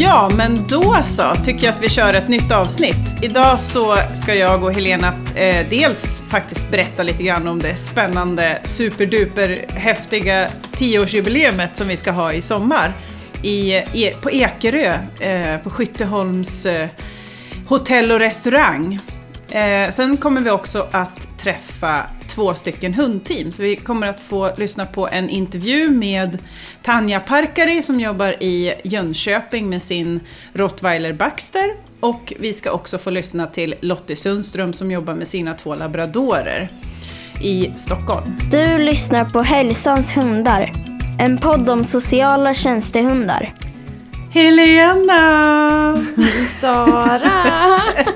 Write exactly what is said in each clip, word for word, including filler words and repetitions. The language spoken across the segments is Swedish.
Ja, men då så tycker jag att vi kör ett nytt avsnitt. Idag så ska jag och Helena eh, dels faktiskt berätta lite grann om det spännande, superduper häftiga tioårsjubileumet som vi ska ha i sommar i, i, på Ekerö, eh, på Skytteholms eh, hotell och restaurang. Eh, sen kommer vi också att träffa två stycken hundteam. Så vi kommer att få lyssna på en intervju med Tanja Parkari som jobbar i Jönköping med sin Rottweiler Baxter. Och vi ska också få lyssna till Lottie Sundström som jobbar med sina två labradorer i Stockholm. Du lyssnar på Hälsans hundar. En podd om sociala tjänstehundar. Helena! Sara!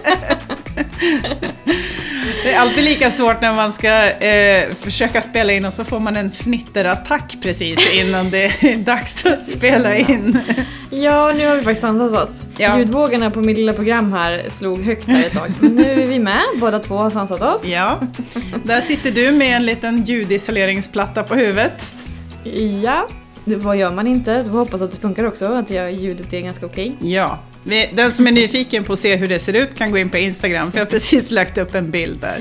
Det är alltid lika svårt när man ska eh, försöka spela in och så får man en fnitterattack precis innan det är dags att spela in. Ja, nu har vi faktiskt sansat oss. Ja. Ljudvågorna på mitt lilla program här slog högt här ett tag. Men nu är vi med, båda två har sansat oss. Ja, där sitter du med en liten ljudisoleringsplatta på huvudet. Ja, det, vad gör man inte? Så vi hoppas att det funkar också, att jag, ljudet är ganska okej. Ja, vi, den som är nyfiken på att se hur det ser ut kan gå in på Instagram, för jag har precis lagt upp en bild där.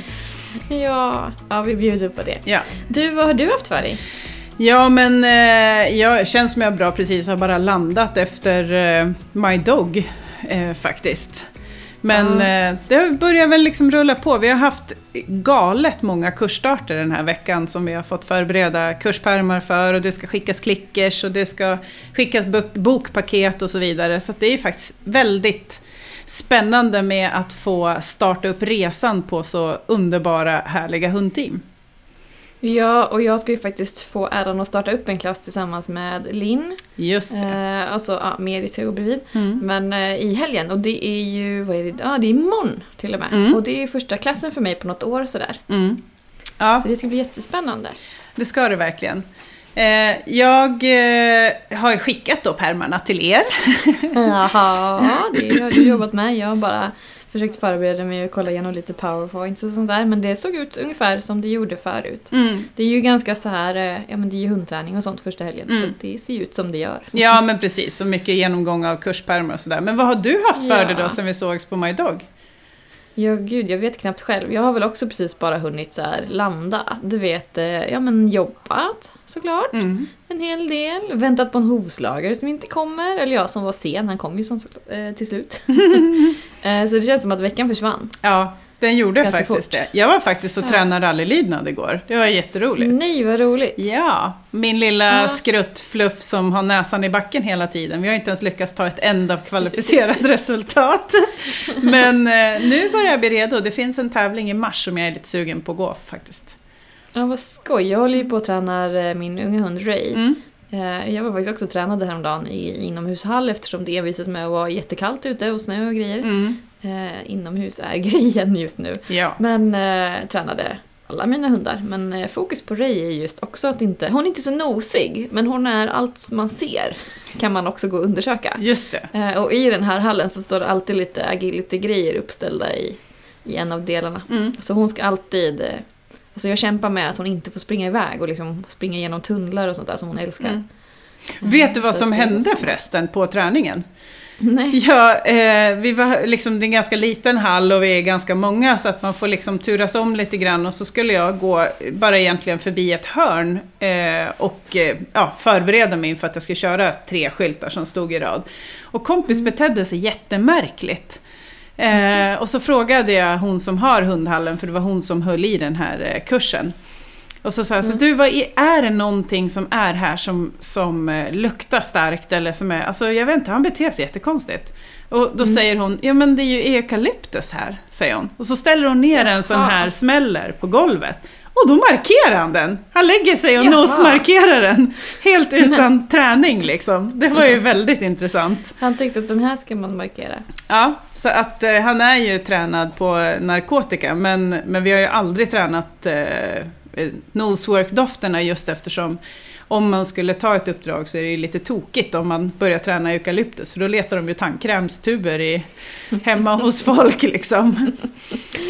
Ja, ja vi bjuder på det. Ja. Du, vad har du haft för dig? Ja, men eh, jag känns som jag bra precis har bara landat efter eh, My Dog eh, faktiskt. Men ja. eh, det börjar väl liksom rulla på. Vi har haft galet många kursstarter den här veckan som vi har fått förbereda kurspärmar för. Och det ska skickas klickers och det ska skickas bokpaket och så vidare. Så det är faktiskt väldigt spännande med att få starta upp resan på så underbara, härliga hundteam. Ja, och jag ska ju faktiskt få äran att starta upp en klass tillsammans med Linn. Just det. Eh, alltså, ja, Meri ska gå bredvid. Mm. Men eh, i helgen, och det är ju, vad är det? Ja, det är imorgon till och med. Mm. Och det är första klassen för mig på något år sådär. Mm. Ja. Så det ska bli jättespännande. Det ska det verkligen. Eh, jag eh, har skickat då pärmarna till er. Jaha, det har du jobbat med. Jag har bara försökt förbereda mig och kolla igenom lite powerpoints och sånt där. Men det såg ut ungefär som det gjorde förut. Mm. Det är ju ganska så här, ja men det är ju hundträning och sånt första helgen. Mm. Så det ser ut som det gör. Ja men precis, så mycket genomgång av kurspärmar och sådär. Men vad har du haft för ja. dig då sen vi sågs på My Dog? Ja gud, jag vet knappt själv. Jag har väl också precis bara hunnit så här landa. Du vet, ja men jobbat såklart. Mm. En hel del. Väntat på en hovslagare som inte kommer. Eller jag som var sen, han kom ju som, eh, till slut. eh, så det känns som att veckan försvann. Ja, den gjorde ganska faktiskt fort. det. Jag var faktiskt och ja. tränade rallylydnad igår. Det var jätteroligt. Nej, vad roligt. Ja, min lilla ja. skruttfluff som har näsan i backen hela tiden. Vi har inte ens lyckats ta ett enda kvalificerat resultat. Men eh, nu börjar jag bli redo. Det finns en tävling i mars som jag är lite sugen på att gå faktiskt. Ja, vad skoj. Jag håller ju på att träna min unga hund Ray. Mm. Jag var faktiskt också tränade häromdagen i inomhushall eftersom det visade med att vara jättekallt ute och snö och grejer. Mm. Eh, inomhus är grejen just nu. Ja. Men eh, tränade alla mina hundar. Men eh, fokus på Ray är just också att inte... Hon är inte så nosig, men hon är allt man ser. Kan man också gå och undersöka. Just det. Eh, och i den här hallen så står det alltid lite agility-grejer uppställda i, i en av delarna. Mm. Så hon ska alltid... Eh, Alltså jag kämpar med att hon inte får springa iväg och liksom springa genom tunnlar och sånt där som hon älskar. Mm. Vet du vad som hände förresten på träningen? Nej. Ja, eh, vi var liksom, det är en ganska liten hall och vi är ganska många så att man får liksom turas om lite grann och så skulle jag gå bara egentligen förbi ett hörn eh, och eh, ja, förbereda mig för att jag skulle köra tre skyltar som stod i rad. Och kompis mm. betedde sig jättemärkligt. Eh, och så frågade jag hon som har hundhallen, för det var hon som höll i den här eh, kursen. Och så sa jag, mm. så du, vad är, är det någonting som är här som, som eh, luktar starkt eller som är, alltså jag vet inte, han beter sig jättekonstigt. Och då mm. säger hon, ja men det är ju eukalyptus här, säger hon. Och så ställer hon ner en sån här smäller på golvet. Och då markerar han den. Han lägger sig och nosmarkerar den. Helt utan träning liksom. Det var ju väldigt intressant. Han tyckte att den här ska man markera. Ja, så att eh, han är ju tränad på narkotika. Men, men vi har ju aldrig tränat eh, nosework-dofterna just eftersom om man skulle ta ett uppdrag så är det ju lite tokigt om man börjar träna eukalyptus. För då letar de ju tandkrämstuber i, hemma hos folk liksom.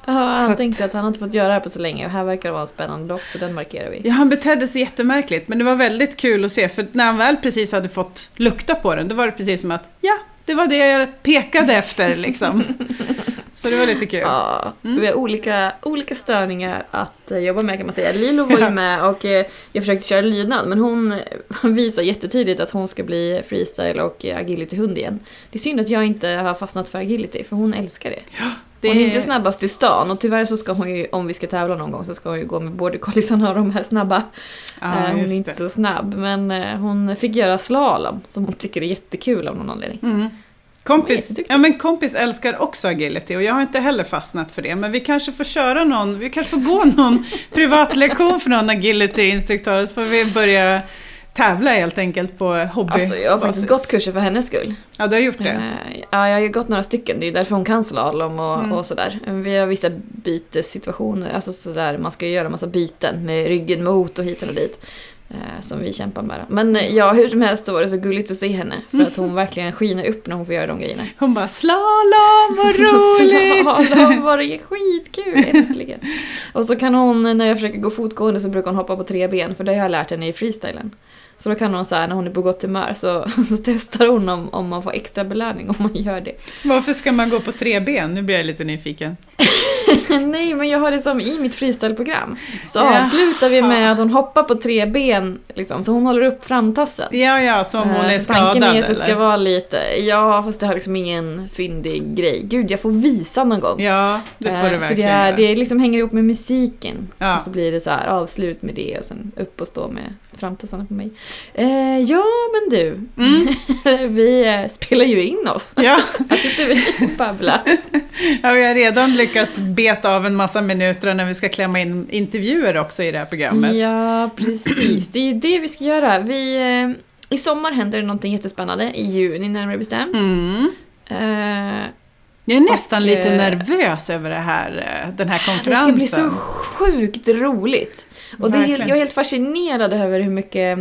Ja, han att, tänkte att han inte fått göra det här på så länge och här verkar det vara en spännande doft, så den markerar vi. Ja, han betedde sig jättemärkligt, men det var väldigt kul att se, för när han väl precis hade fått lukta på den, då var det precis som att, ja, det var det jag pekade efter liksom. Så det var lite kul. Ja, mm. Vi har olika, olika störningar att uh, jobba med, kan man säga. Lilo var ju med och uh, jag försökte köra lydnad, men hon visar jättetydligt att hon ska bli freestyle och uh, agility-hund igen. Det är synd att jag inte har fastnat för agility, för hon älskar det. Ja, det hon är inte snabbast i stan, och tyvärr så ska hon ju, om vi ska tävla någon gång, så ska hon ju gå med border colliesarna och de här snabba. Ja, uh, hon är inte det. så snabb, men uh, hon fick göra slalom, som hon tycker är jättekul av någon anledning. Mm. Kompis, ja, men kompis älskar också agility och jag har inte heller fastnat för det, men vi kanske får köra någon, vi kanske får gå någon privatlektion för någon agility-instruktör, så får vi börja tävla helt enkelt på hobby. Alltså jag har faktiskt gått kurser för hennes skull. Ja, du har gjort det? Uh, ja, jag har ju gått några stycken, det är därför hon kan slalom och, mm. och sådär. Vi har vissa bytessituationer, alltså sådär, man ska ju göra massa byten med ryggen mot och hit och dit. Som vi kämpar med. Men ja, hur som helst så var det så gulligt att se henne. För att hon verkligen skiner upp när hon får göra de grejerna. Hon bara, slalom, vad roligt! Slalom, var det skitkul egentligen. Och så kan hon, när jag försöker gå fotgående, så brukar hon hoppa på tre ben. För det har jag lärt henne i freestylen. Så då kan hon så här, när hon är på gott humör, så, så testar hon om, om man får extra belöning om man gör det. Varför ska man gå på tre ben? Nu blir jag lite nyfiken. Nej, men jag har det som i mitt freestyleprogram. Så ja. Avslutar vi med att hon hoppar på tre ben liksom, så hon håller upp framtassen. Ja, ja, som hon är så skadad. Tanken är att det eller? ska vara lite, ja, fast det har liksom ingen fyndig grej. Gud, jag får visa någon gång. Ja, det får du verkligen För det, är, det liksom hänger ihop med musiken. Ja. Och så blir det så här avslut med det och sen upp och stå med framtassarna på mig. Eh, ja, men du. Mm. vi eh, spelar ju in oss. Ja. Här sitter vi och babblar. Ja, vi har redan lyckats beta av en massa minuter när vi ska klämma in intervjuer också i det här programmet. Ja, precis. Det är ju det vi ska göra. Vi, eh, i sommar händer det någonting jättespännande. I juni närmare bestämt. Mm. Eh, Jag är nästan och, lite eh, nervös över det här, den här konferensen. Det ska bli så sjukt roligt. Och det är helt, jag är helt fascinerad över hur mycket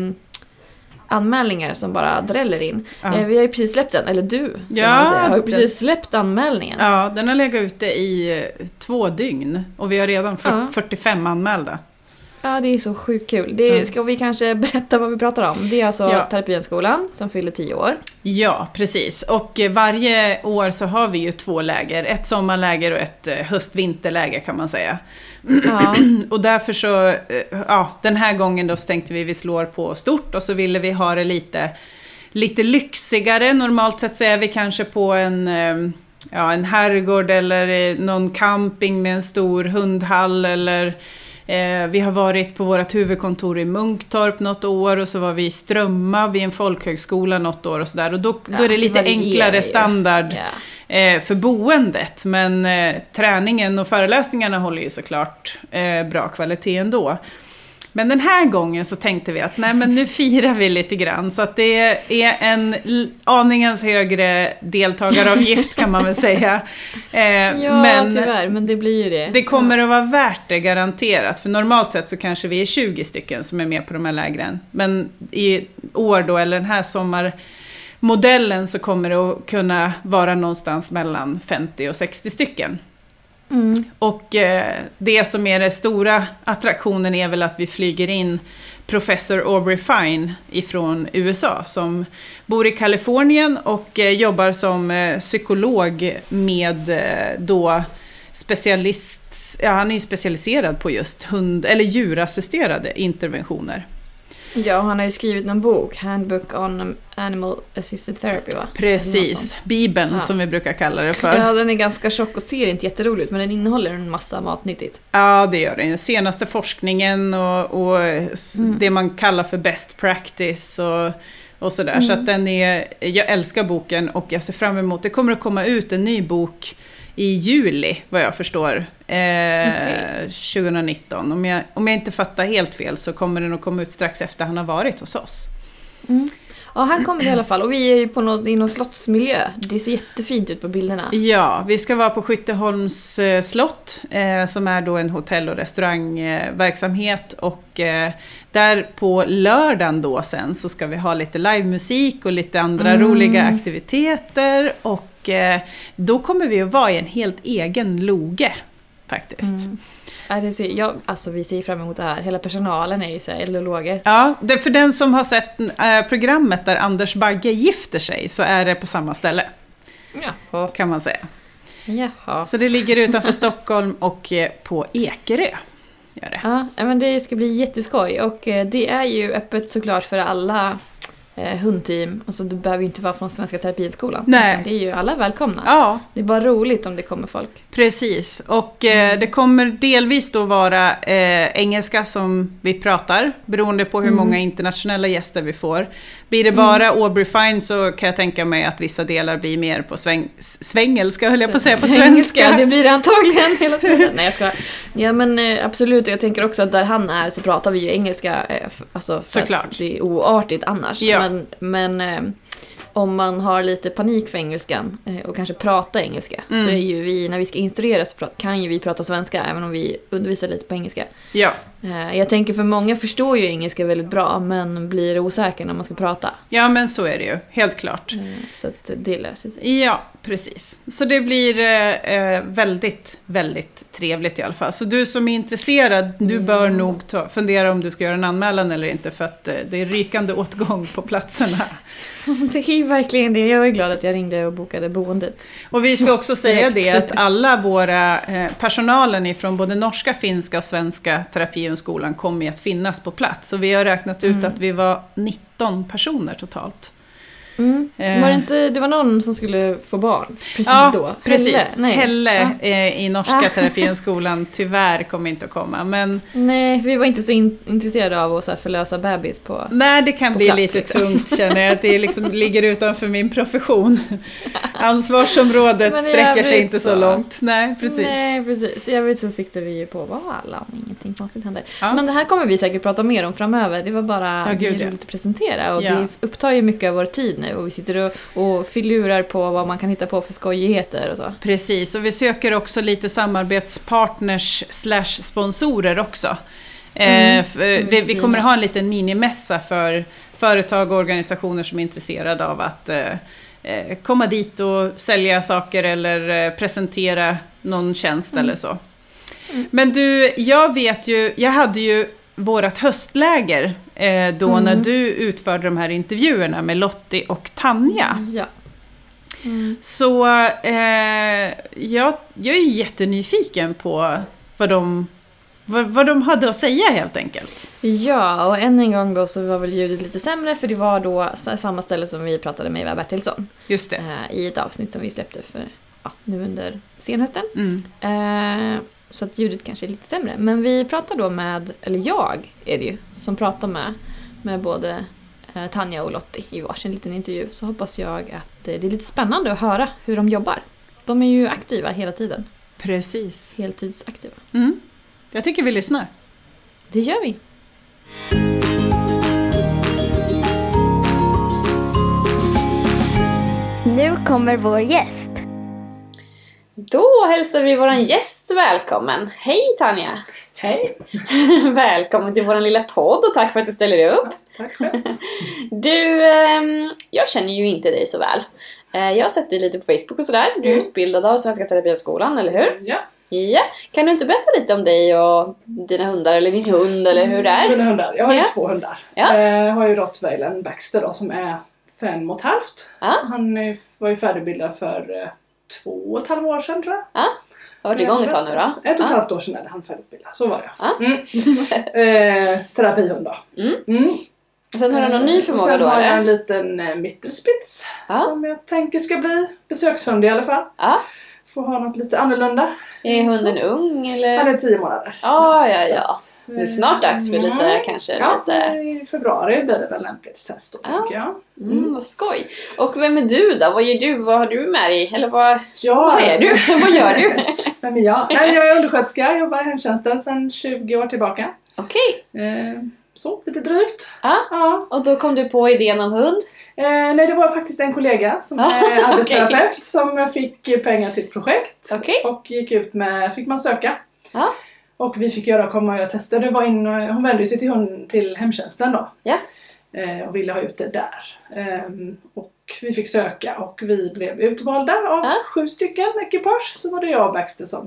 anmälningar som bara dräller in. Ja. Eh, vi har ju precis släppt den, eller du ja, man säga, har ju precis den, släppt anmälningen. Ja, den har legat ute i två dygn och vi har redan för, ja. fyrtiofem anmälda. Ja, det är så sjukt kul. Det, mm. Ska vi kanske berätta vad vi pratar om? Det är alltså ja. Terapienskolan som fyller tio år. Ja, precis. Och varje år så har vi ju två läger. Ett sommarläger och ett höst-vinterläger kan man säga. Ja. Och därför så, ja, den här gången då tänkte vi vi slår på stort och så ville vi ha det lite, lite lyxigare. Normalt sett så är vi kanske på en, ja, en herrgård eller någon camping med en stor hundhall eller... Eh, vi har varit på vårt huvudkontor i Munktorp något år och så var vi i Strömma vid en folkhögskola något år och sådär. Och då, ja, då är det lite det enklare standard ja. eh, för boendet. Men eh, träningen och föreläsningarna håller ju såklart eh, bra kvalitet ändå. Men den här gången så tänkte vi att nej, men nu firar vi lite grann. Så att det är en aningens högre deltagaravgift kan man väl säga. Eh, ja, men tyvärr, men det blir ju det. Det kommer att vara värt det garanterat. För normalt sett så kanske vi är tjugo stycken som är med på de här lägren. Men i år då, eller den här sommarmodellen, så kommer det att kunna vara någonstans mellan femtio och sextio stycken. Mm. Och eh, det som är den stora attraktionen är väl att vi flyger in professor Aubrey Fine ifrån U S A som bor i Kalifornien och eh, jobbar som eh, psykolog med eh, då specialist, ja, han är ju specialiserad på just hund- eller djurassisterade interventioner. Ja, han har ju skrivit någon bok, Handbook on Animal Assisted Therapy, va? Precis, Bibeln ja. Som vi brukar kalla det för. Ja, den är ganska tjock och ser inte jätteroligt, men den innehåller en massa matnyttigt. Ja, det gör den. Den senaste forskningen och, och mm. det man kallar för best practice och, och sådär. Mm. Så att den är, jag älskar boken och jag ser fram emot, det kommer att komma ut en ny bok i juli, vad jag förstår, eh, okay. tjugonitton. Om jag, om jag inte fattar helt fel så kommer den att komma ut strax efter han har varit hos oss. Mm. Ja, han kommer i alla fall. Och vi är ju på något, i någon slottsmiljö. Det ser jättefint ut på bilderna. Ja, vi ska vara på Skytteholms eh, slott, eh, som är då en hotell- och restaurangverksamhet. Eh, och eh, där på lördagen då sen så ska vi ha lite livemusik och lite andra mm. roliga aktiviteter. Och eh, då kommer vi att vara i en helt egen loge. faktiskt. Mm. Ja, det ser, jag, alltså vi ser fram emot det här. Hela personalen är ju så här eldologer. Ja, det, för den som har sett äh, programmet där Anders Bagge gifter sig så är det på samma ställe. Jaha. Kan man säga. Jaha. Så det ligger utanför Stockholm och på Ekerö. Gör det. Ja, men det ska bli jätteskoj. Och det är ju öppet såklart för alla eh, hundteam. Alltså det behöver ju inte vara från Svenska Terapiskolan. Nej. Det är ju alla välkomna. Ja. Det är bara roligt om det kommer folk. Precis, och eh, det kommer delvis då vara eh, engelska som vi pratar, beroende på hur Mm. många internationella gäster vi får. Blir det bara mm. Aubrey Fine så kan jag tänka mig att vissa delar blir mer på sväng, svängelska, höll jag på att säga, på svenska. Det blir det antagligen hela tiden. Nej, jag ska. Ja, men eh, absolut, och jag tänker också att där han är så pratar vi ju engelska, eh, f- alltså för Såklart. att det är oartigt annars. Ja. Men, men eh, om man har lite panik för engelskan eh, och kanske prata engelska Mm. så är ju vi, när vi ska instruera så prat, kan ju vi prata svenska även om vi undervisar lite på engelska. Ja. Eh, jag tänker för många förstår ju engelska väldigt bra men blir osäkra när man ska prata. ja, men så är det ju, helt klart. Eh, så att det löser sig. Ja, precis. Så det blir eh, väldigt, väldigt trevligt i alla fall. Så du som är intresserad, du Mm. bör nog ta, fundera om du ska göra en anmälan eller inte, för att eh, det är rykande åtgång på platserna. Det är ju verkligen det. Jag är glad att jag ringde och bokade boendet. Och vi ska också säga Direkt. det att alla våra eh, personalen ifrån både norska, finska och svenska terapihundskolan kommer att finnas på plats. Och vi har räknat ut Mm. att vi var nitton personer totalt. Mm. Eh. Var det inte, det var någon som skulle få barn precis Ja, då? precis. Helle, Nej. Helle Ja. eh, i norska Ah. terapihundskolan tyvärr kommer inte att komma. Men Nej, vi var inte så in, intresserade av att så här förlösa bebis på... nej, det kan På bli plats, lite liksom. tungt, känner jag. Att det liksom ligger utanför min profession. Ansvarsområdet Men i sträcker sig övrigt inte så så- långt. Nej, precis. Nej, precis. I övrigt så siktar vi ju på att vara alla om ingenting konstigt händer. Ja. Men det här kommer vi säkert prata mer om framöver. Det var bara Ja, gud, det är ja. roligt att presentera. Och Ja. det upptar ju mycket av vår tid nu. Och vi sitter och, och filurar på vad man kan hitta på för skojigheter och så. Precis, och vi söker också lite samarbetspartners slash sponsorer också. Mm, eh, för som det, vill vi kommer att ha en synas. liten minimässa för företag och organisationer som är intresserade av att eh, eh, komma dit och sälja saker eller eh, presentera någon tjänst Mm. eller så. Men du, jag vet ju, jag hade ju vårat höstläger eh, då Mm. när du utförde de här intervjuerna med Lottie och Tanja. Ja. Mm. Så eh, jag, jag är jättenyfiken på vad de, vad, vad de hade att säga helt enkelt. Ja, och än en gång då så var väl ljudet lite sämre för det var då s- samma ställe som vi pratade med Eva Bertilsson Just det. eh, i ett avsnitt som vi släppte för ja, nu under senhösten. Mm. Eh, så att ljudet kanske är lite sämre. Men vi pratar då med, eller jag är det ju, som pratar med, med både eh, Tanja och Lottie i varsin liten intervju. Så hoppas jag att eh, det är lite spännande att höra hur de jobbar. De är ju aktiva hela tiden. Precis. Heltidsaktiva. Mm. Jag tycker vi lyssnar. Det gör vi. Nu kommer vår gäst. Då hälsar vi våran gäst välkommen. Hej Tanja! Hej! Välkommen till våran lilla podd och tack för att du ställer upp. Tack själv. Du, ehm, jag känner ju inte dig så väl. Eh, jag har sett dig lite på Facebook och sådär. Du är Mm. utbildad av Svenska Terapiskolan, eller hur? Ja. Ja. Kan du inte berätta lite om dig och dina hundar, eller din hund, eller hur det är? Mina hundar. Jag har ju Ja. två hundar. Ja. Eh, Jag har ju rottweilern Baxter då, som är fem och ett halvt. Ja. Han eh, var ju färdigutbildad för eh, två och ett halvt år sedan, tror jag. Ja. Har varit igång ett tag nu då? Ett och ett Ja. halvt år sedan är han färdigutbildad. Så var det. Ja. Mm. eh, terapihund då. Mm. Mm. Sen har du någon ny Och förmåga sen då, har jag eller? en liten eh, mittelspitz. Ja. Som jag tänker ska bli besökshund i alla fall. Ja. Får ha något lite annorlunda. Är hunden Så. ung, eller? Han är tio månader. Ja, ja, ja. Så att, Det är snart dags för lite, Mm. kanske Ja, lite... i februari blir det väl lämplighetstest då, Ja. tänker jag. Mm, vad skoj. Och vem är du då? Vad gör du? Vad har du med dig? Eller vad, Ja, vad är du? vad gör du? Vem är jag? Nej, jag är undersköterska, jag jobbar i hemtjänsten sedan tjugo år tillbaka. Okej. Eh, så, lite drygt. Ja. Ja. Och då kom du på idén om hund? Eh, nej, det var faktiskt en kollega som Ah, är arbetsterapeut okej. som fick pengar till ett projekt. Okej. Och gick ut med, fick man söka. Ja. Och vi fick göra, komma och göra tester. Det var in, hon vände sig till, hon, till hemtjänsten då. Ja. Eh, och ville ha ut det där. Ehm, och vi fick söka och vi blev utvalda av Ja. sju stycken ekipage. Så var det jag och Baxter som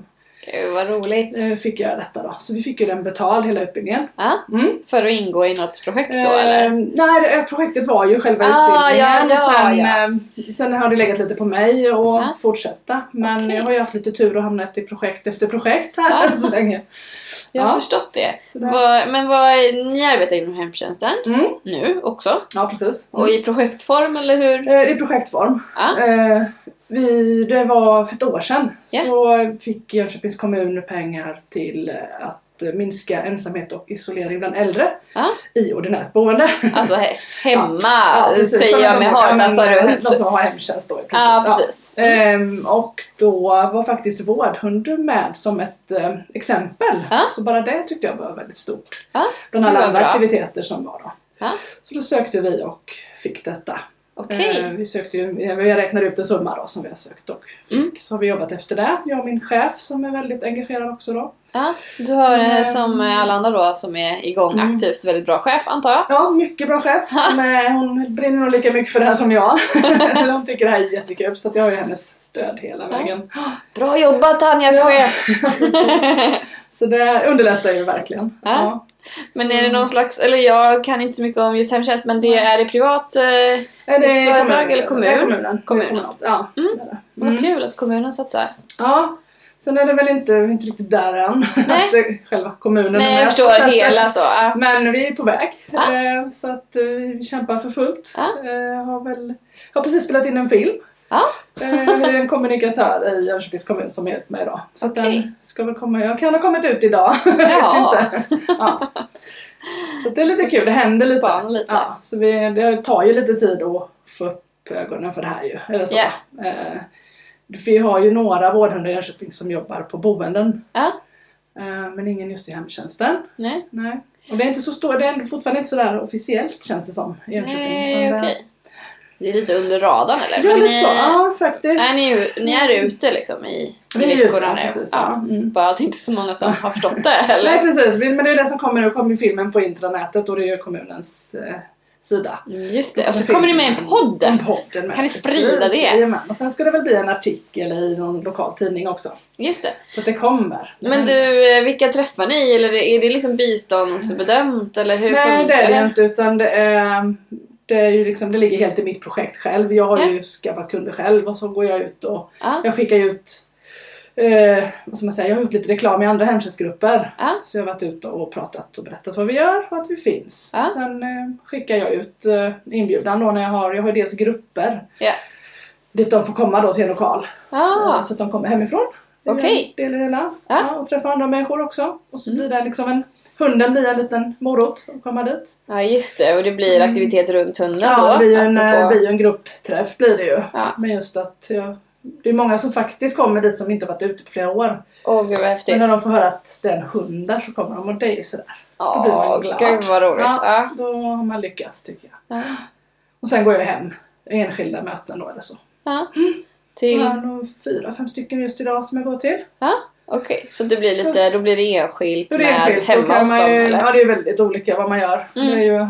Gud, vad roligt. Eh, fick göra detta då. Så vi fick ju den betald, hela utbildningen. Ja, Mm. för att ingå i något projekt då, Eh, eller? nej, projektet var ju själva Ah, utbildningen. ja, ja, sen, ja. Eh, sen har det legat lite på mig att Ah. fortsätta. Men Okej. jag har ju haft lite tur och hamnat i projekt efter projekt här Ah. så länge. Jag har Ja. förstått det. Så där. Vad, men vad, ni arbetar inom hemtjänsten Mm. nu också? Ja, precis. Mm. Och i projektform, eller hur? Eh, I projektform. Ja. Eh, vi, det var för ett år sedan Ja. så fick Jönköpings kommun pengar till eh, att eh, minska ensamhet och isolering bland äldre Ja. i ordinärt boende. Alltså he- hemma, Ja, precis. säger De jag som- med ja, men, hartassar eh, runt. De som har hemtjänst då i princip. Ja, precis. Ja. Ehm, och då var faktiskt vårdhund med som ett eh, exempel. Ja. Så bara det tyckte jag var väldigt stort. Ja, Bland det alla var andra bra. aktiviteter som var då. Ja. Så då sökte vi och fick detta. Okej. Eh, vi sökte ju, vi räknade ut en summa då som vi har sökt och fick. Mm. Så har vi jobbat efter det. Jag och min chef som är väldigt engagerad också då. Ja, du har eh, Mm. som alla andra då som är igång Mm. aktivt väldigt bra chef, antar jag. Ja, mycket bra chef. Som är, hon brinner nog lika mycket för det här som jag. Hon tycker det här är jättekul så att jag har ju hennes stöd hela Ja. vägen. Bra jobbat, Tanjas Ja. chef! Så det underlättar ju verkligen. Ja. Ja. Men är det någon slags, eller jag kan inte så mycket om just hemtjänst, men det är det privat eh, Är det företag eller kommun? Det är kommunen. Kommunen. Det är kommunalt, ja. Mm. Det är det. Vad Mm. kul att kommunen satsar. Ja. Sen är det väl inte, inte riktigt där än. Nej. Att det- själva kommunen är Nej, med. jag förstår Så att- hela så. Ja. Men vi är på väg. Ja. Eh, Så att eh, vi kämpar för fullt. Ja. Eh, Har väl har precis spelat in en film. Ja. Eh, Jag är en kommunikatör i Jönköpings kommun som är med idag. Så att Okej. den ska väl komma, jag kan ha kommit ut idag. Jag vet Ja. inte. Ja. Så det är lite kul, det händer lite. Barn lite. Ja, så vi, det tar ju lite tid att få upp ögonen för det här ju. Eller så. Ja. Eh, Vi har ju några vårdhundar i Jönköping som jobbar på boenden. Ja. Eh, Men ingen just i hemtjänsten. Nej. Nej. Och det är inte så stor, det är fortfarande inte så där officiellt känns det som i Jönköping. Nej, Utan okej. Det är lite under radarn, eller? Det är Men lite ni, så, ja faktiskt. är ni, ju- ni är ute liksom i, i Vi är veckorna ute, nu? precis, Ja. ja. Mm. Bara att det inte är så många som har förstått det, eller? Nej precis, men det är det som kommer nu, kommer filmen på intranätet och det är ju kommunens eh, sida. Just det, och så kommer ni med i en podd! En podden med, Kan ni sprida det? Jajamän. Och sen ska det väl bli en artikel i någon lokal tidning också. Just det. Så att det kommer. Men du, vilka träffar ni? Eller är det liksom biståndsbedömt? Eller hur Nej funkar det är det inte utan det är, det är ju liksom, det ligger helt i mitt projekt själv. Jag har Ja. ju skaffat kunder själv och så går jag ut och Ja. jag skickar ut eh, vad ska man säga, jag har gjort lite reklam i andra hemtjänstgrupper. Ja. Så jag har varit ute och pratat och berättat vad vi gör och att vi finns. Ja. Sen eh, skickar jag ut eh, inbjudan då när jag har, jag har dels grupper Ja. dit de får komma då till en lokal. Ah, Eh, Så att de kommer hemifrån. Det är Okej. en del i det hela. Ja. Ja, och träffa andra människor också. Och så Mm. blir det liksom en, hunden blir en liten morot att komma dit. ja, just det. Och det blir aktivitet runt hunden Mm. Ja, då? det blir ju en, apropå- eh, blir ju en gruppträff blir det ju. Ja. Men just att jag, det är många som faktiskt kommer dit som inte har varit ute på flera år. Åh, gud vad häftigt. Men när de får höra att det är en hund där så kommer de och det är sådär. Då blir man Åh, glad. gud vad roligt. Ja, Ja. då har man lyckats tycker jag. Ja. Och sen går jag hem enskilda möten då eller så. Ja. Till... Jag har nog fyra, fem stycken just idag som jag går till. Ja, okej. Så det blir lite, då blir det enskilt Då är med det enskilt, då hemma kan hos man dem, ju, eller? ja det är väldigt olika vad man gör. Mm. Det är ju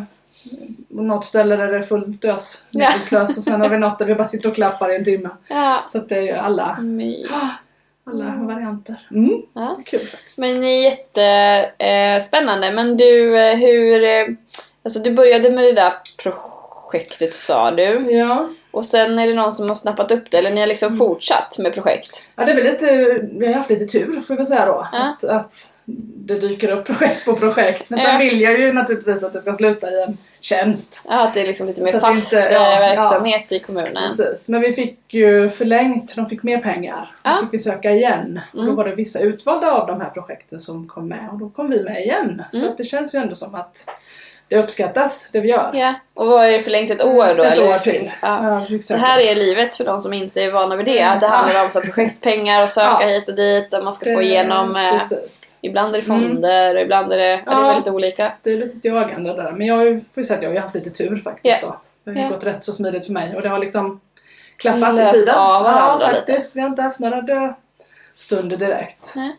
något ställe där det är fullt ös, Ja. meningslös och sen har vi något där vi bara sitter och klappar i en timme. Ja, Så att det är ju alla, mys. alla varianter. Mm. Ja. Det är kul faktiskt. Men det är jättespännande. Men du, eh, hur... eh, Alltså du började med det där projektet, sa du. Ja. Och sen är det någon som har snappat upp det, eller ni har liksom Mm. fortsatt med projekt? Ja, det är väl lite, vi har haft lite tur får vi säga då. Ja. Att, att det dyker upp projekt på projekt. Men sen Ja. vill jag ju naturligtvis att det ska sluta i en tjänst. Ja, att det är liksom lite mer Så att fast inte- eh, ja, verksamhet i kommunen. Precis. Men vi fick ju förlängt, de fick mer pengar. Då Ja. fick vi söka igen. Och Mm. då var det vissa utvalda av de här projekten som kom med. Och då kom vi med igen. Mm. Så att det känns ju ändå som att det uppskattas, det vi gör. Ja, och vad är det förlängt ett år då? Ett eller? år till. Ja. Ja, vi fick Så söka. här är livet för de som inte är vana vid det. Att det Ja. handlar om så här projektpengar och söka Ja. hit och dit. Och man ska få Det- igenom... Eh, Precis. ibland är det fonder och ibland är det, ja. Ja. det är väldigt olika. Det är lite jagande där. Men jag har ju- får ju säga att jag har ju haft lite tur faktiskt Ja. då. Det har ju Ja. gått rätt så smidigt för mig. Och det har liksom klaffat Löst i tiden. av varandra ja, lite. faktiskt. Vi har inte haft några döstunder direkt. Nej.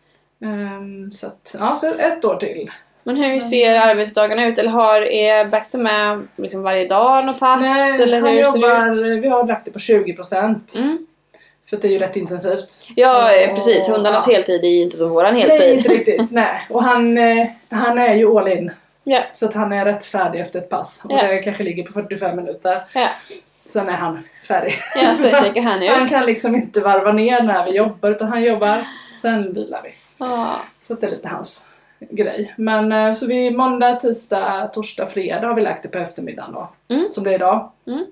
Um, så att, ja, så ett år till. Men hur ser arbetsdagarna ut? Eller har, är Baxter med liksom varje dag och pass? eller han hur ser det ut? jobbar, vi har lagt det på tjugo procent. Mm. För det är ju rätt intensivt. Ja, precis. Hundarnas ja. heltid är ju inte som våran heltid. Nej, inte riktigt. Nej. Och han, han är ju all in. Ja. Så att han är rätt färdig efter ett pass. Och ja. det kanske ligger på fyrtiofem minuter. Ja. Sen är han färdig. Ja, så checkar han ut. Han kan liksom inte varva ner när vi jobbar, utan han jobbar, sen vilar vi. Ja. Så det är lite hans grej. Men så vi måndag, tisdag, torsdag, fredag har vi lagt det på eftermiddagen då. Mm. Som det är idag. Mm.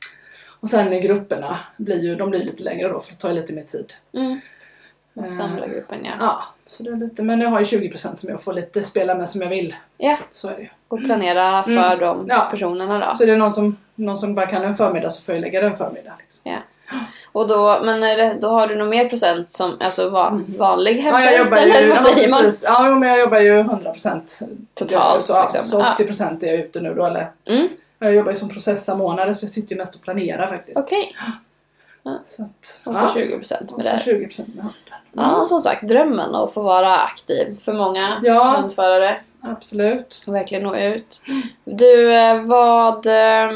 Och sen i grupperna blir ju, de blir lite längre då, för det tar lite mer tid. Mm. Och samla gruppen, ja. Ja, så det är lite, men jag har ju tjugo procent som jag får lite spela med som jag vill. Ja. Så är det ju. Och planera för mm. de ja. personerna då. Så det är någon som, någon som bara kan en förmiddag, så får jag lägga den förmiddag. Liksom. Ja. Och då, men är det, då har du nog mer procent som alltså van, vanlig hemtjänst, ja, eller ju, vad säger man? Ja, men jag jobbar ju hundra procent totalt. Så, liksom. så åttio procent är jag ute nu då, eller? Mm. Jag jobbar ju som processamordnare, så jag sitter ju mest och planerar faktiskt. Okej. Okay. Ja. Så att, och så ja. tjugo procent med det. Och så tjugo procent med hunden. Mm. Ja, som sagt, drömmen att få vara aktiv för många ja. hundförare. Absolut. Och verkligen nå ut. Du, vad...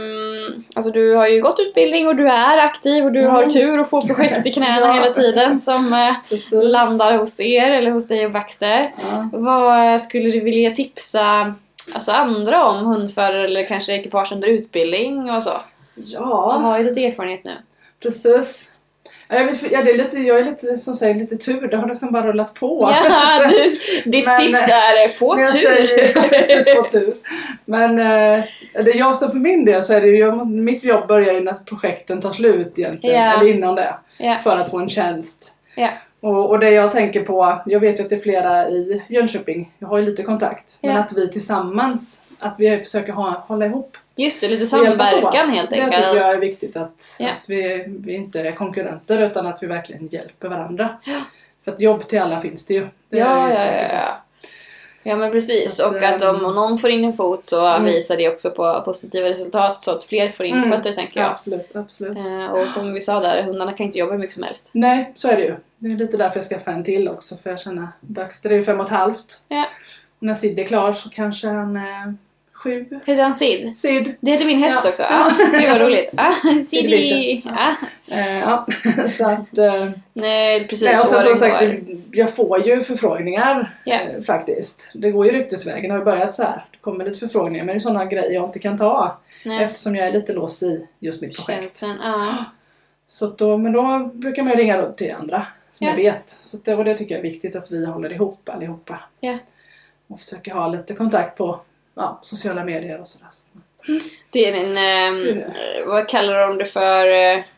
Alltså du har ju gått utbildning och du är aktiv och du mm. har tur att få projekt i knäna ja. hela tiden som landar hos er eller hos dig och Baxter. Ja. Vad skulle du vilja tipsa alltså andra om hundförare eller kanske ekipage under utbildning och så? Ja. Du har ju lite erfarenhet nu. Precis. Jag, vet, ja, det är lite, jag är lite, som säger, lite tur. Det har liksom bara rullat på. Ja, du, ditt men, tips är få tur. Säger, precis, få tur. Men eh, det jag så för min del så är det ju, mitt jobb börjar ju när projekten tar slut egentligen. Yeah. Eller innan det. Yeah. För att få en tjänst. Yeah. Och, och det jag tänker på, jag vet ju att det är flera i Jönköping. Jag har ju lite kontakt. Yeah. Men att vi tillsammans, att vi försöker ha, hålla ihop. Just det, lite samverkan helt enkelt. Det tycker jag är viktigt att, yeah. att vi, vi inte är konkurrenter utan att vi verkligen hjälper varandra. Ja. För att jobb till alla finns det ju. Det ja, ja, ja, ja. Ja, men precis. Att, och att om någon får in en fot så mm. visar det också på positiva resultat så att fler får in mm. fötter, tänker jag. Absolut, absolut. Eh, och som vi sa där, hundarna kan inte jobba hur mycket som helst. Nej, så är det ju. Det är lite därför jag ska få en till också. För jag känner, Baxter är ju fem och ett halvt. Ja. När Sid är klar så kanske han är sju. Heter han Sid? Sid. Det heter min häst ja. också. Ah, det var roligt. Ah, Sid. Ja. Uh, ja. Så att... Uh, nej, precis. Nej, och sen så som sagt, jag får ju förfrågningar yeah. uh, faktiskt. Det går ju ryktesvägen. Har ju börjat så här. Det kommer lite förfrågningar. Men det är sådana grejer jag inte kan ta. Nej. Eftersom jag är lite låst i just mitt projekt. Tjänsten, ah. Så då, men då brukar man ju ringa runt till andra som yeah. jag vet. Så det, och det tycker jag är viktigt att vi håller ihop allihopa. Yeah. Och försöker ha lite kontakt på ja, sociala medier och sådär. Det är en, eh, vad kallar de det för, eh,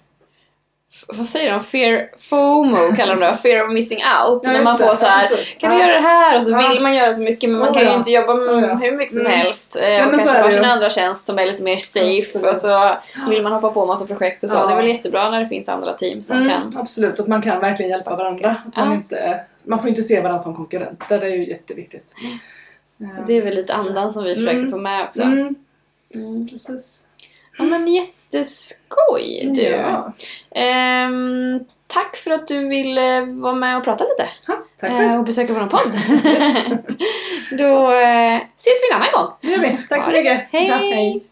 vad säger de? Fear, FOMO kallar de det, fear of missing out. ja, när man får det, så här, ja, kan du ja. göra det här? Och så ja. vill man göra så mycket, men man oh, kan ju ja. inte jobba med oh, ja. hur mycket som mm. helst. Eh, ja, och kanske har sin andra tjänst som är lite mer safe. Absolut. Och så vill man hoppa på massa projekt och så. Ja. Det är väl jättebra när det finns andra team som mm, kan. Absolut, att man kan verkligen hjälpa varandra. Att ja. man, inte, man får inte se varandra som konkurrenter, det är ju jätteviktigt. Det är väl lite andan som vi försöker mm. få med också. Mm. Mm. Precis. Ja, men jätteskoj du. Ja. Ehm, tack för att du ville vara med och prata lite. Ja, tack för ehm, och besöka vår podd. Yes. Då eh, ses vi en annan gång. Det gör vi. Tack så mycket. Hej. Ja, hej.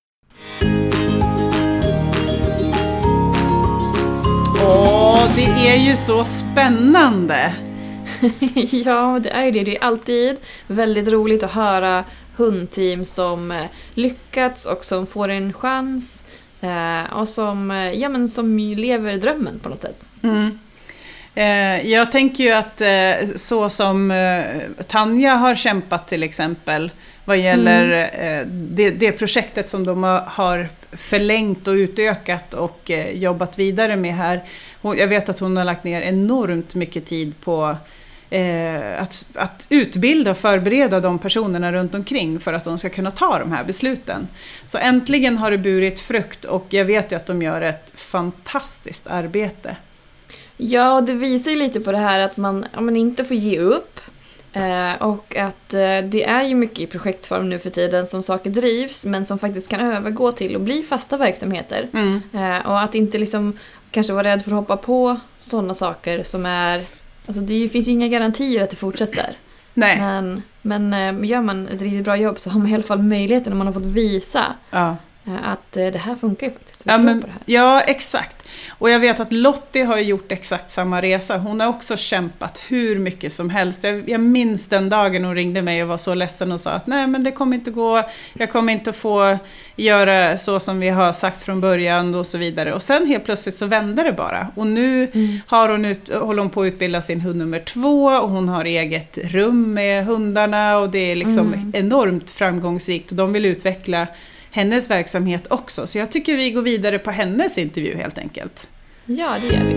Åh, det är ju så spännande. Ja, det är ju det. Det är alltid väldigt roligt att höra hundteam som lyckats och som får en chans och som, ja, men som lever drömmen på något sätt. Mm. Jag tänker ju att så som Tanja har kämpat till exempel vad gäller mm. det, det projektet som de har förlängt och utökat och jobbat vidare med här. Jag vet att hon har lagt ner enormt mycket tid på Eh, att, att utbilda och förbereda de personerna runt omkring för att de ska kunna ta de här besluten. Så äntligen har det burit frukt och jag vet ju att de gör ett fantastiskt arbete. Ja, och det visar ju lite på det här att man, ja, man inte får ge upp eh, och att eh, det är ju mycket i projektform nu för tiden som saker drivs men som faktiskt kan övergå till att bli fasta verksamheter. Mm. Eh, och att inte liksom kanske vara rädd för att hoppa på sådana saker som är. Alltså det finns ju inga garantier att det fortsätter. Nej. Men, men gör man ett riktigt bra jobb så har man i alla fall möjligheten när man har fått visa ja. Att det här funkar ju faktiskt. Ja, men, ja, exakt. Och jag vet att Lottie har gjort exakt samma resa. Hon har också kämpat hur mycket som helst. Jag, jag minns den dagen hon ringde mig och var så ledsen och sa att nej, men det kommer inte gå. Jag kommer inte få göra så som vi har sagt från början och så vidare. Och sen helt plötsligt så vände det bara. Och nu mm. har hon ut, håller hon på att utbilda sin hund nummer två. Och hon har eget rum med hundarna. Och det är liksom mm. enormt framgångsrikt. Och de vill utveckla hennes verksamhet också. Så jag tycker vi går vidare på hennes intervju helt enkelt. Ja, det gör vi.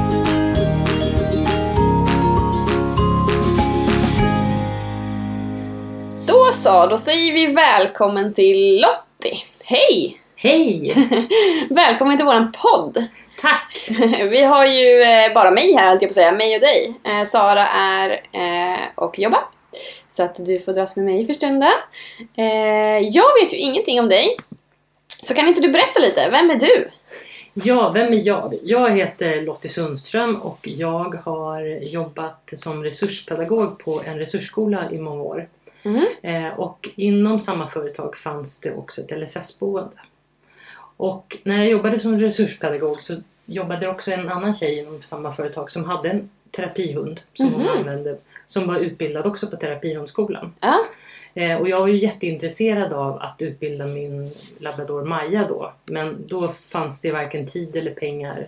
Då så, då säger vi välkommen till Lottie. Hej! Hej! Välkommen till våran podd. Tack! Vi har ju bara mig här, jag på säga, mig och dig. Sara är och jobbar. Så att du får dras med mig för stunden. Eh, jag vet ju ingenting om dig. Så kan inte du berätta lite? Vem är du? Ja, vem är jag? Jag heter Lottie Sundström och jag har jobbat som resurspedagog på en resursskola i många år. Mm. Eh, och inom samma företag fanns det också ett L S S-boende. Och när jag jobbade som resurspedagog så jobbade också en annan tjej inom samma företag som hade en terapihund som mm-hmm. hon använde, som var utbildad också på terapihundskolan. Ja. Eh, och jag var ju jätteintresserad av att utbilda min labrador Maja då. Men då fanns det varken tid eller pengar.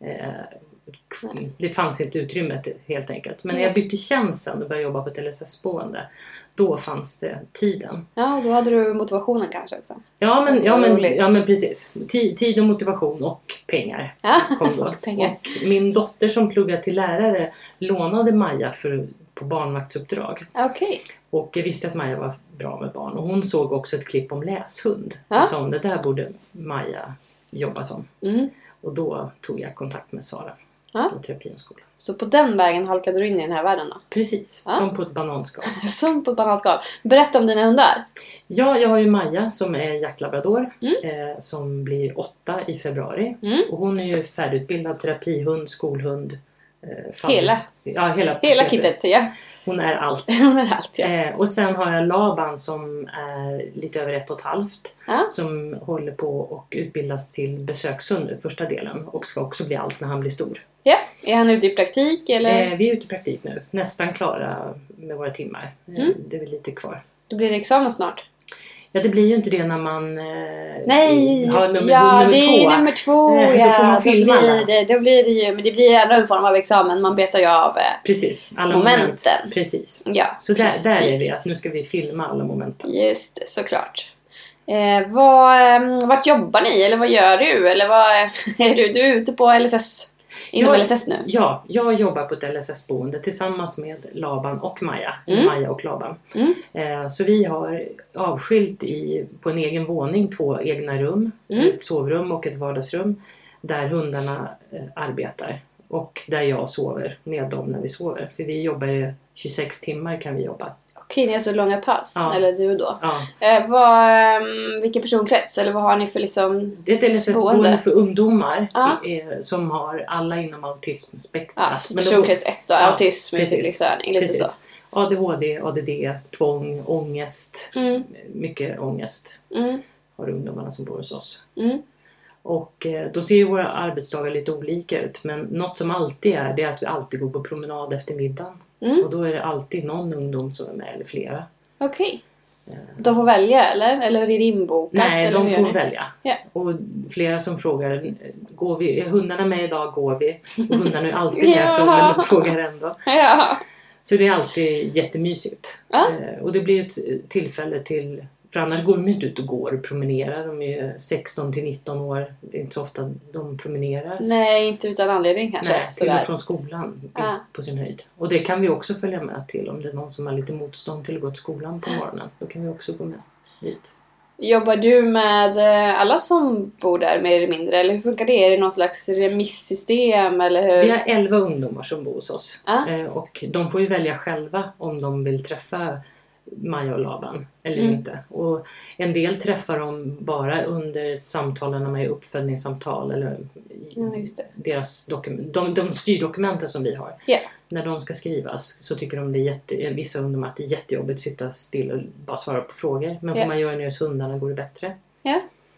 Eh, det fanns inte utrymmet helt enkelt. Men när jag bytte tjänst sen och började jobba på ett L S S-boende, då fanns det tiden. Ja, då hade du motivationen kanske också. Ja, men, ja, men, ja, men precis. Tid, tid och motivation och pengar. Ja, kom då. och pengar. Och min dotter som pluggade till lärare lånade Maja för, på barnvaktsuppdrag. Okej. Okay. Och jag visste att Maja var bra med barn. Och hon såg också ett klipp om läshund. Ja. Och sa, det där borde Maja jobba som. Mm. Och då tog jag kontakt med Sara. Ja. På terapinskolan. Så på den vägen halkade du in i den här världen då? Precis, ja. Som på ett bananskal. Som på ett bananskal. Berätta om dina hundar. Ja, jag har ju Maja som är jaktlabrador. Mm. Eh, som blir åtta i februari. Mm. Och hon är ju färdigutbildad terapihund, skolhund. Eh, hela? Ja, hela. Hela kittet, ja. Hon är allt. Hon är allt, ja. Eh, och sen har jag Laban som är lite över ett och ett halvt. Ja. Som håller på och utbildas till besökshund första delen. Och ska också bli allt när han blir stor. Ja, är han ute i praktik eller? Eh, vi är ute i praktik nu. Nästan klara med våra timmar. Eh, mm. Det är väl lite kvar. Då blir det examen snart. Ja, det blir ju inte det när man eh, Nej, har nummer, ja, nummer det två. är nummer två. Eh, ja, då får man filma då blir det, då blir det ju, men det blir ändå en form av examen. Man betar ju av eh, precis, alla momenten. Moment. Precis. Ja, så där, precis. där är vi att nu ska vi filma alla momenten. Just det, såklart. Eh, vad, eh, vart jobbar ni? Eller vad gör du? Eller vad är du? Du är ute på L S S? Inom jag, L S S nu? Ja, jag jobbar på ett L S S-boende tillsammans med Laban och Maja. Mm. Maja och Laban. Mm. Eh, så vi har avskilt i, på en egen våning två egna rum. Mm. Ett sovrum och ett vardagsrum. Där hundarna eh, arbetar. Och där jag sover med dem när vi sover. För vi jobbar ju tjugosex timmar kan vi jobba. Okej, ni har så långa pass. Ja. Eller du då. Ja. Eh, vad, eh, vilken personkrets? Eller vad har ni för liksom Det är ett L S S-boende för ungdomar. Ja. eh, som har alla inom autismspektra. Ja, så personkrets ett då. Ja, autism, precis. utvecklingsstörning. Lite Precis. så. A D H D, A D D, tvång, ångest. Mm. Mycket ångest Mm. har ungdomarna som bor hos oss. Mm. Och eh, då ser ju våra arbetsdagar lite olika ut. Men något som alltid är, det är att vi alltid går på promenad efter middagen. Mm. Och då är det alltid någon ungdom som är med, eller flera. Okej. De får välja eller? Eller är det inbokat? Nej, eller de hur får gör ni? välja. Ja. Och flera som frågar, går vi, är hundarna med idag, går vi? Och hundarna är alltid med, Ja. så men de frågar ändå. Ja. Så det är alltid jättemysigt. Ja. Eh, och det blir ett tillfälle till, för annars går de inte ut och går och promenerar. De är sexton till nitton år, det är inte så ofta de promenerar. Nej, inte utan anledning kanske. Nej, till sådär. och från skolan Ja. på sin höjd. Och det kan vi också följa med till om det är någon som har lite motstånd till att gå till skolan på morgonen. Då kan vi också gå med dit. Jobbar du med eh, alla som bor där mer eller mindre? Eller hur funkar det? Är det någon slags remissystem? Eller hur? Vi har elva ungdomar som bor hos oss. Ja. Eh, och de får ju välja själva om de vill träffa Maja och Laban eller Mm. inte. Och en del träffar de bara under samtalen med uppföljningssamtal eller i Ja, just det. deras dokument, de, de styrdokumenten som vi har. Ja. När de ska skrivas så tycker de det är jätte, vissa ungdomar att det är jättejobbigt att sitta still och bara svara på frågor. Men Ja. får man göra ner hos hundarna går det bättre. Ja.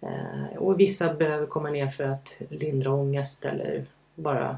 Eh, och vissa behöver komma ner för att lindra ångest eller bara,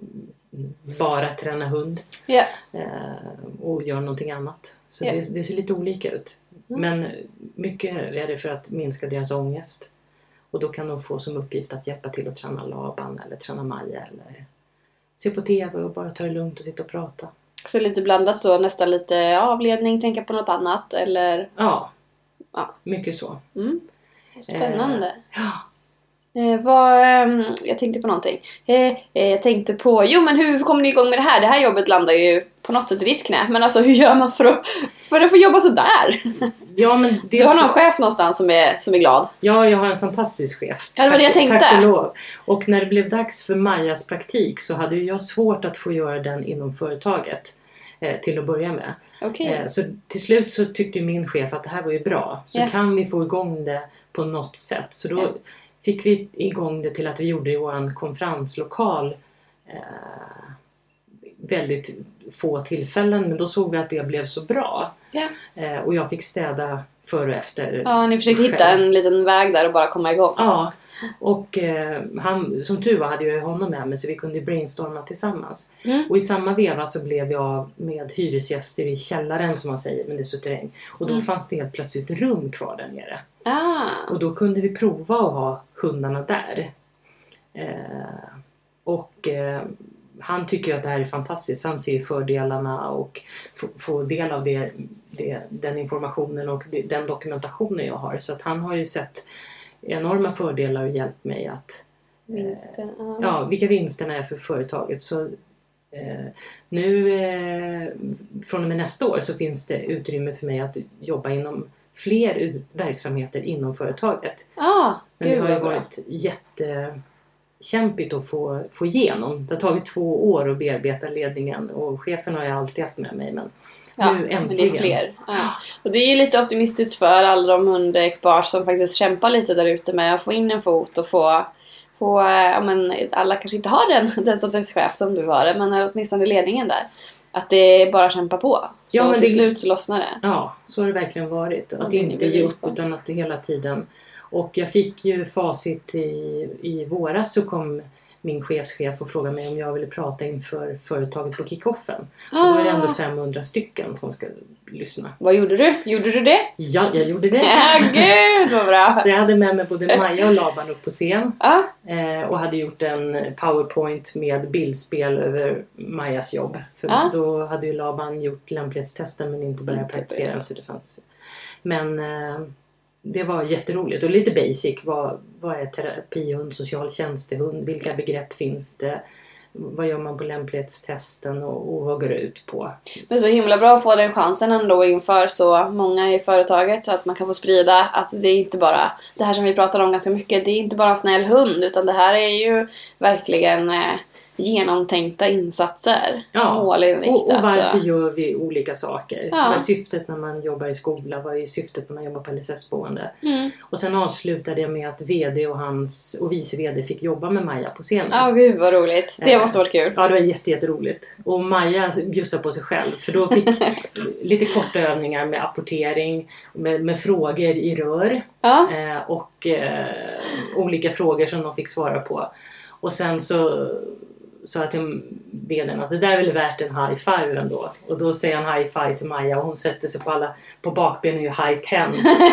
bara träna hund. Yeah. Eh, och göra någonting annat. Så Yeah. det, det ser lite olika ut. Mm. Men mycket är det för att minska deras ångest. Och då kan de få som uppgift att hjälpa till att träna Laban eller träna Maja eller se på tv och bara ta det lugnt och sitta och prata. Så lite blandat så, nästan lite avledning, tänka på något annat eller... Ja, Ja. mycket så. Mm. Spännande. Eh, ja. Eh, vad, eh, jag tänkte på någonting. Eh, eh, jag tänkte på, jo men hur kommer ni igång med det här? Det här jobbet landar ju på något sätt i ditt knä. Men alltså hur gör man för att, för att få jobba så där? Ja, men det Du har så... någon chef någonstans som är, som är glad. Ja, jag har en fantastisk chef. Ja, det var det jag tänkte. Tack och lov. Och när det blev dags för Majas praktik så hade jag svårt att få göra den inom företaget eh, till att börja med. Okej. Eh, så till slut så tyckte min chef att det här var ju bra. Så Ja. kan vi få igång det på något sätt. Så då Ja. fick vi igång det till att vi gjorde i vår konferenslokal eh, väldigt få tillfällen. Men då såg vi att det blev så bra. Ja. Eh, och jag fick städa före och efter. Ja, ni försökte hitta själv. en liten väg där och bara komma igång. Ja, och eh, han, som tur var hade jag honom med mig så vi kunde brainstorma tillsammans. Mm. Och i samma veva så blev jag med hyresgäster i källaren som man säger, men det är så terräng. Och då Mm. fanns det helt plötsligt rum kvar där nere. Ah. Och då kunde vi prova att ha hundarna där. Eh, och eh, han tycker att det här är fantastiskt. Han ser fördelarna och får, får del av det, det, den informationen och det, den dokumentationen jag har. Så att han har ju sett enorma fördelar och hjälpt mig att Vinsten. eh, ja, vilka vinsterna är för företaget. Så eh, nu eh, från och med nästa år så finns det utrymme för mig att jobba inom fler ut- verksamheter inom företaget. Ah, Men det gud har ju vad bra. varit jättekämpigt att få, få igenom. Det har tagit två år att bearbeta ledningen och chefen har jag alltid haft med mig. Men Ja, nu men det är äntligen. fler. Ja. Och det är ju lite optimistiskt för alla de hundekipage som faktiskt kämpar lite där ute med att få in en fot och få, få, ja men alla kanske inte har den, den sortens chef som du har det, men åtminstone ledningen där. Att det bara kämpa på. Så Ja, men till det- slut så lossnar det. Ja, så har det verkligen varit. Och Att det är inte ni ge bevis upp på. utan att det hela tiden. Och jag fick ju facit i, i våras så kom min chefschef och frågade mig om jag ville prata inför företaget på kickoffen. Och då är det ändå femhundra stycken som ska lyssna. Vad gjorde du? Gjorde du det? Ja, jag gjorde det. Ja, gud vad bra. Så jag hade med mig både Maja och Laban upp på scen. Ja, Eh, och hade gjort en PowerPoint med bildspel över Majas jobb. För Ja. då hade ju Laban gjort lämplighetstesten men inte börjat Inte praktisera. börjat. Så det fanns. Men eh, det var jätteroligt och lite basic. Vad, vad är terapihund, social tjänstehund? Vilka begrepp finns det? Vad gör man på lämplighetstesten och, och vad går det ut på? men så himla bra att få den chansen ändå inför så många i företaget så att man kan få sprida att det är inte bara det här som vi pratar om ganska mycket, det är inte bara en snäll hund utan det här är ju verkligen eh, genomtänkta insatser, Ja, målinriktat. Och, och varför och- gör vi olika saker? Ja. Vad är syftet när man jobbar i skola? Vad är syftet när man jobbar på L S S-boende? Mm. Och sen avslutade jag med att vd och hans och vice vd fick jobba med Maja på scenen. Ja, gud vad roligt. Det Eh, måste varit kul. Ja, det var jätte, jätteroligt. Och Maja bjussade på sig själv. För då fick lite korta övningar med apportering, med, med frågor i rör. Ja. Eh, och eh, olika frågor som de fick svara på. Och sen så sa jag till vdn att det där är väl värt en high five ändå. Och då säger han high five till Maja och hon sätter sig på alla på bakbenen och gör high ten.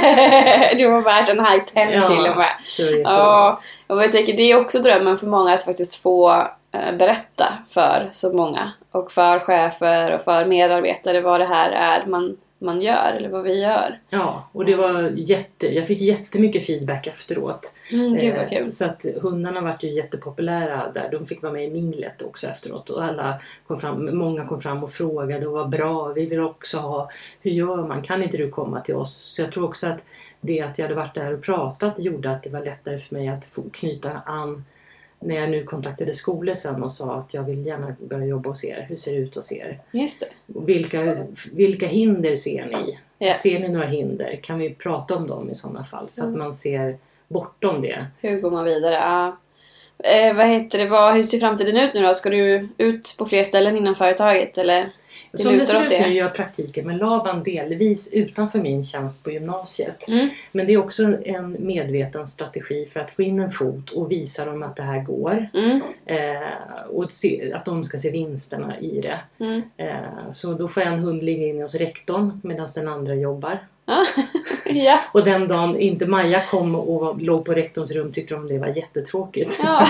Det var värt en high ten Ja, till och med. så det är jättebra. Ja, och jag tänker, det är också drömmen för många att faktiskt få eh, berätta för så många. Och för chefer och för medarbetare vad det här är man, man gör eller vad vi gör. Ja, och det var jätte, jag fick jättemycket feedback efteråt. Mm, gud vad Eh, kul. Så att hundarna var ju jättepopulära där. De fick vara med i minglet också efteråt. Och alla kom fram, många kom fram och frågade och var bra. Vi vill också ha, hur gör man? Kan inte du komma till oss? Så jag tror också att det att jag hade varit där och pratat gjorde att det var lättare för mig att få knyta an. När jag nu kontaktade skolor sen och sa att jag vill gärna börja jobba hos er. Hur ser det ut hos er? Just det. Och Vilka, vilka hinder ser ni? Ja. Ser ni några hinder? Kan vi prata om dem i sådana fall? Så Mm. att man ser bortom det. Hur går man vidare? Ja. Eh, vad heter det? Vad, hur ser framtiden ut nu då? Ska du ut på fler ställen inom företaget eller? det Som det lutar ser åt ut nu det. gör praktiken med Laban delvis utanför min tjänst på gymnasiet. Mm. Men det är också en medveten strategi för att få in en fot och visa dem att det här går. Mm. Eh, och se, att de ska se vinsterna i det. Mm. Eh, så då får en hund ligga inne hos rektorn medan den andra jobbar. Ja. Och den dagen inte Maja kom och låg på rektorns rum tyckte de det var jättetråkigt. Ja.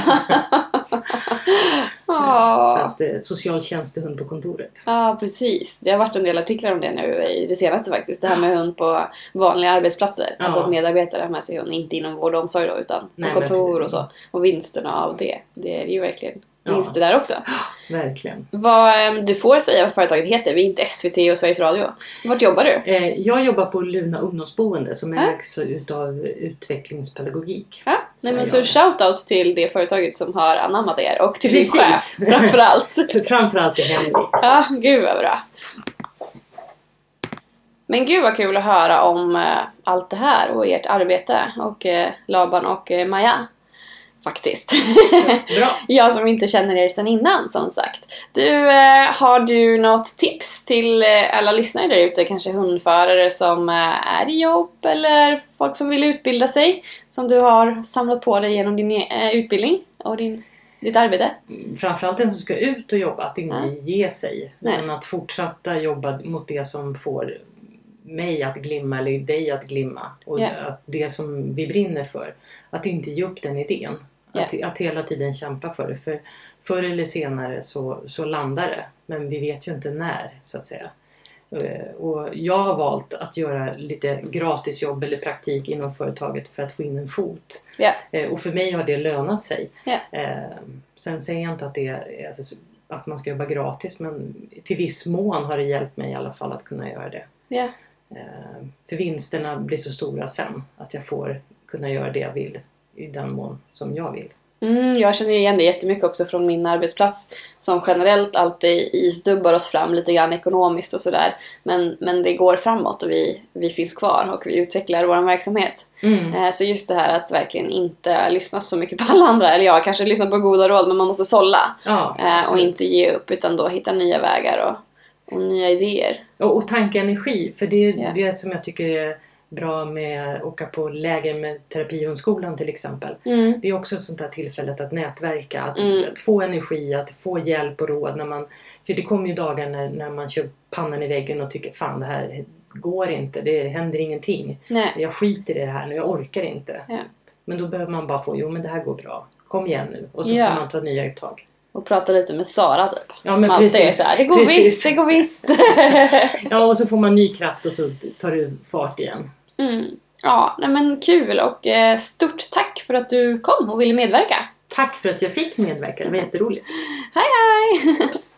Så att eh, socialtjänstehund på kontoret. Ja, precis. Det har varit en del artiklar om det nu i det senaste faktiskt. Det här med hund på vanliga arbetsplatser. Ja. Alltså att medarbetare har med sig hund, inte inom vård och omsorg då, utan på Nej, kontor och så. Och vinsterna av det. Det är ju verkligen Ja. vinster där också. Verkligen. Vad, du får säga vad företaget heter. Vi är inte S V T och Sveriges Radio. Vart jobbar du? Eh, jag jobbar på Luna ungdomsboende som Ja. ägs utav utvecklingspedagogik. Ja, nej, men så jag. shoutout till det företaget som har anammat er och till Precis. din chef framförallt. Framförallt i Henrik. Ja, gud vad bra. Men gud vad kul att höra om eh, allt det här och ert arbete och eh, Laban och eh, Maja. Faktiskt. Bra. Jag som inte känner er sedan innan, som sagt. Du, eh, har du något tips till eh, alla lyssnare där ute? Kanske hundförare som eh, är i jobb eller folk som vill utbilda sig. Som du har samlat på dig genom din eh, utbildning och din, ditt arbete. Framförallt den som ska ut och jobba, att inte Ja. ge sig. Nej. Utan att fortsätta jobba mot det som får mig att glimma eller dig att glimma. Och Ja. att det som vi brinner för. Att inte ge upp den idén. Ja. Att, att hela tiden kämpa för det. För förr eller senare så, så landar det. Men vi vet ju inte när, så att säga. Eh, Och jag har valt att göra lite gratisjobb eller praktik inom företaget för att få in en fot. Ja. Eh, Och för mig har det lönat sig. Ja. Eh, Sen säger jag inte att, det är, att man ska jobba gratis. Men till viss mån har det hjälpt mig i alla fall att kunna göra det. Ja. Eh, För vinsterna blir så stora sen. Att jag får kunna göra det jag vill. I den mån som jag vill. Mm, jag känner igen det jättemycket också från min arbetsplats. Som generellt alltid isdubbar oss fram lite grann ekonomiskt och sådär. Men, men det går framåt och vi, vi finns kvar och vi utvecklar vår verksamhet. Mm. Eh, så just det här att verkligen inte lyssna så mycket på alla andra. Eller jag kanske lyssnar på goda råd, men man måste sålla. Ja, Eh, och absolut. inte ge upp, utan då hitta nya vägar och, och nya idéer. Och, och tanka energi. För det är Ja. det som jag tycker är bra med att åka på läger med terapihundskolan till exempel. Mm. Det är också ett sånt här tillfället att nätverka. Att, Mm. att få energi, att få hjälp och råd. När man, för det kommer ju dagar när, när man kör pannan i väggen och tycker fan det här går inte. Det händer ingenting. Nej. Jag skiter i det här nu, jag orkar inte. Ja. Men då behöver man bara få, jo men det här går bra. Kom igen nu. Och så Ja. får man ta nya tag. Och prata lite med Sara typ. Ja, som men alltid precis. är så här, det går Precis. visst, det går visst. Ja, och så får man ny kraft och så tar det fart igen. Mm. Ja, nej men kul och eh, stort tack för att du kom och ville medverka. Tack för att jag fick medverka, det var jätteroligt. Hej hej!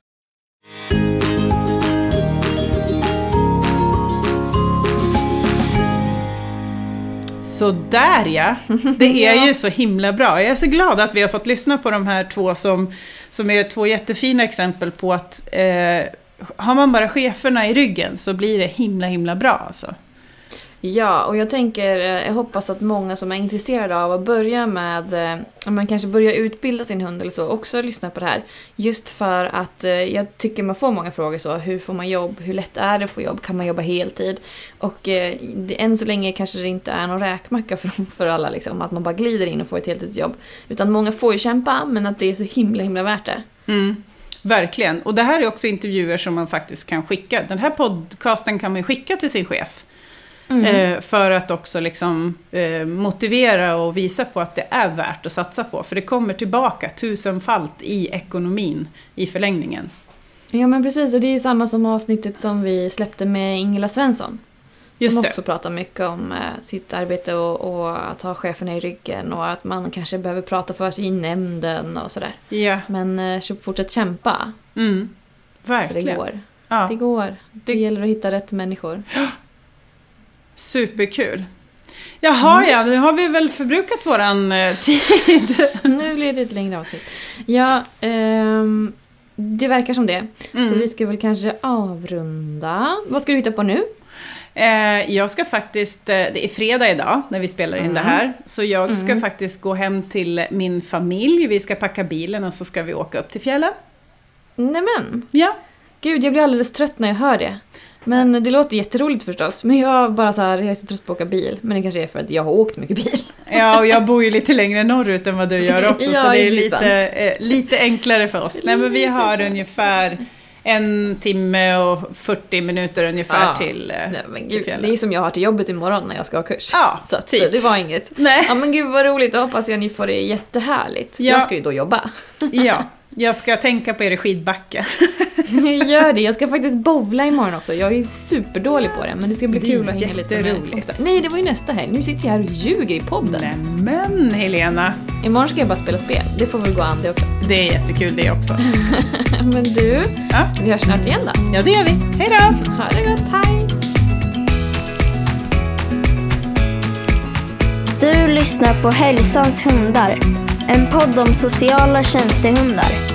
Så där ja, det är ju så himla bra. Jag är så glad att vi har fått lyssna på de här två som, som är två jättefina exempel på att eh, har man bara cheferna i ryggen så blir det himla himla bra alltså. Ja, och jag tänker, eh, jag hoppas att många som är intresserade av att börja med, eh, om man kanske börjar utbilda sin hund eller så, också lyssnar på det här. Just för att eh, jag tycker man får många frågor så, hur får man jobb, hur lätt är det att få jobb, kan man jobba heltid? Och eh, det, än så länge kanske det inte är någon räkmacka för, för alla liksom, att man bara glider in och får ett heltidsjobb. Utan många får ju kämpa, men att det är så himla himla värt det. Mm, verkligen, och det här är också intervjuer som man faktiskt kan skicka. Den här podcasten kan man skicka till sin chef. Mm. Eh, för att också liksom, eh, motivera och visa på att det är värt att satsa på. För det kommer tillbaka tusenfalt i ekonomin i förlängningen. Ja men precis, och det är samma som avsnittet som vi släppte med Ingela Svensson. Just som det. också pratar mycket om eh, sitt arbete och, och att ha cheferna i ryggen och att man kanske behöver prata för sig i nämnden och sådär. Ja, Men eh, fortsätt kämpa, mm, för det verkligen. går. Ja, Det går. Det, Det- gäller att hitta rätt människor. superkul. Jaha, ja, nu har vi väl förbrukat våran eh, tid. Nu blir det ett längre avsnitt. Ja, ehm, det verkar som det. Mm. Så vi ska väl kanske avrunda. Vad ska du hitta på nu? Eh, jag ska faktiskt, eh, det är fredag idag när vi spelar in Mm. det här. Så jag ska Mm. faktiskt gå hem till min familj. Vi ska packa bilen och så ska vi åka upp till fjällen. Nämen, Ja, Gud, jag blir alldeles trött när jag hör det. Men det låter jätteroligt förstås. Men jag bara så här, jag är så trött på att åka bil. Men det kanske är för att jag har åkt mycket bil. Ja, och jag bor ju lite längre norrut än vad du gör också. Ja, så det är det är lite, eh, lite enklare för oss. Nej, men vi har ungefär en timme och fyrtio minuter ungefär Ja. till, eh, Nej, men till gud, fjällen. det är som jag har till jobbet imorgon när jag ska ha kurs. Ja, så att, typ. det var inget. Nej. Ja men gud vad roligt, jag hoppas jag ni får det jättehärligt. Ja. Jag ska ju då jobba. Ja, jag ska tänka på er i skidbacka. Gör det, jag ska faktiskt bowla imorgon också. Jag är superdålig på det, men det ska bli Det är kul att hänga lite med jätteroligt. kompisar. Nej, det var ju nästa helg. Nu sitter jag här och ljuger i podden. Nämen Helena, Imorgon ska jag bara spela spel. Det får väl gå an det också. det är jättekul det också. Men du, Ja, vi hörs snart igen då. ja det gör vi. Hej då! Ha det gott, hej! Du lyssnar på Hälsans hundar. En podd om sociala tjänstehundar.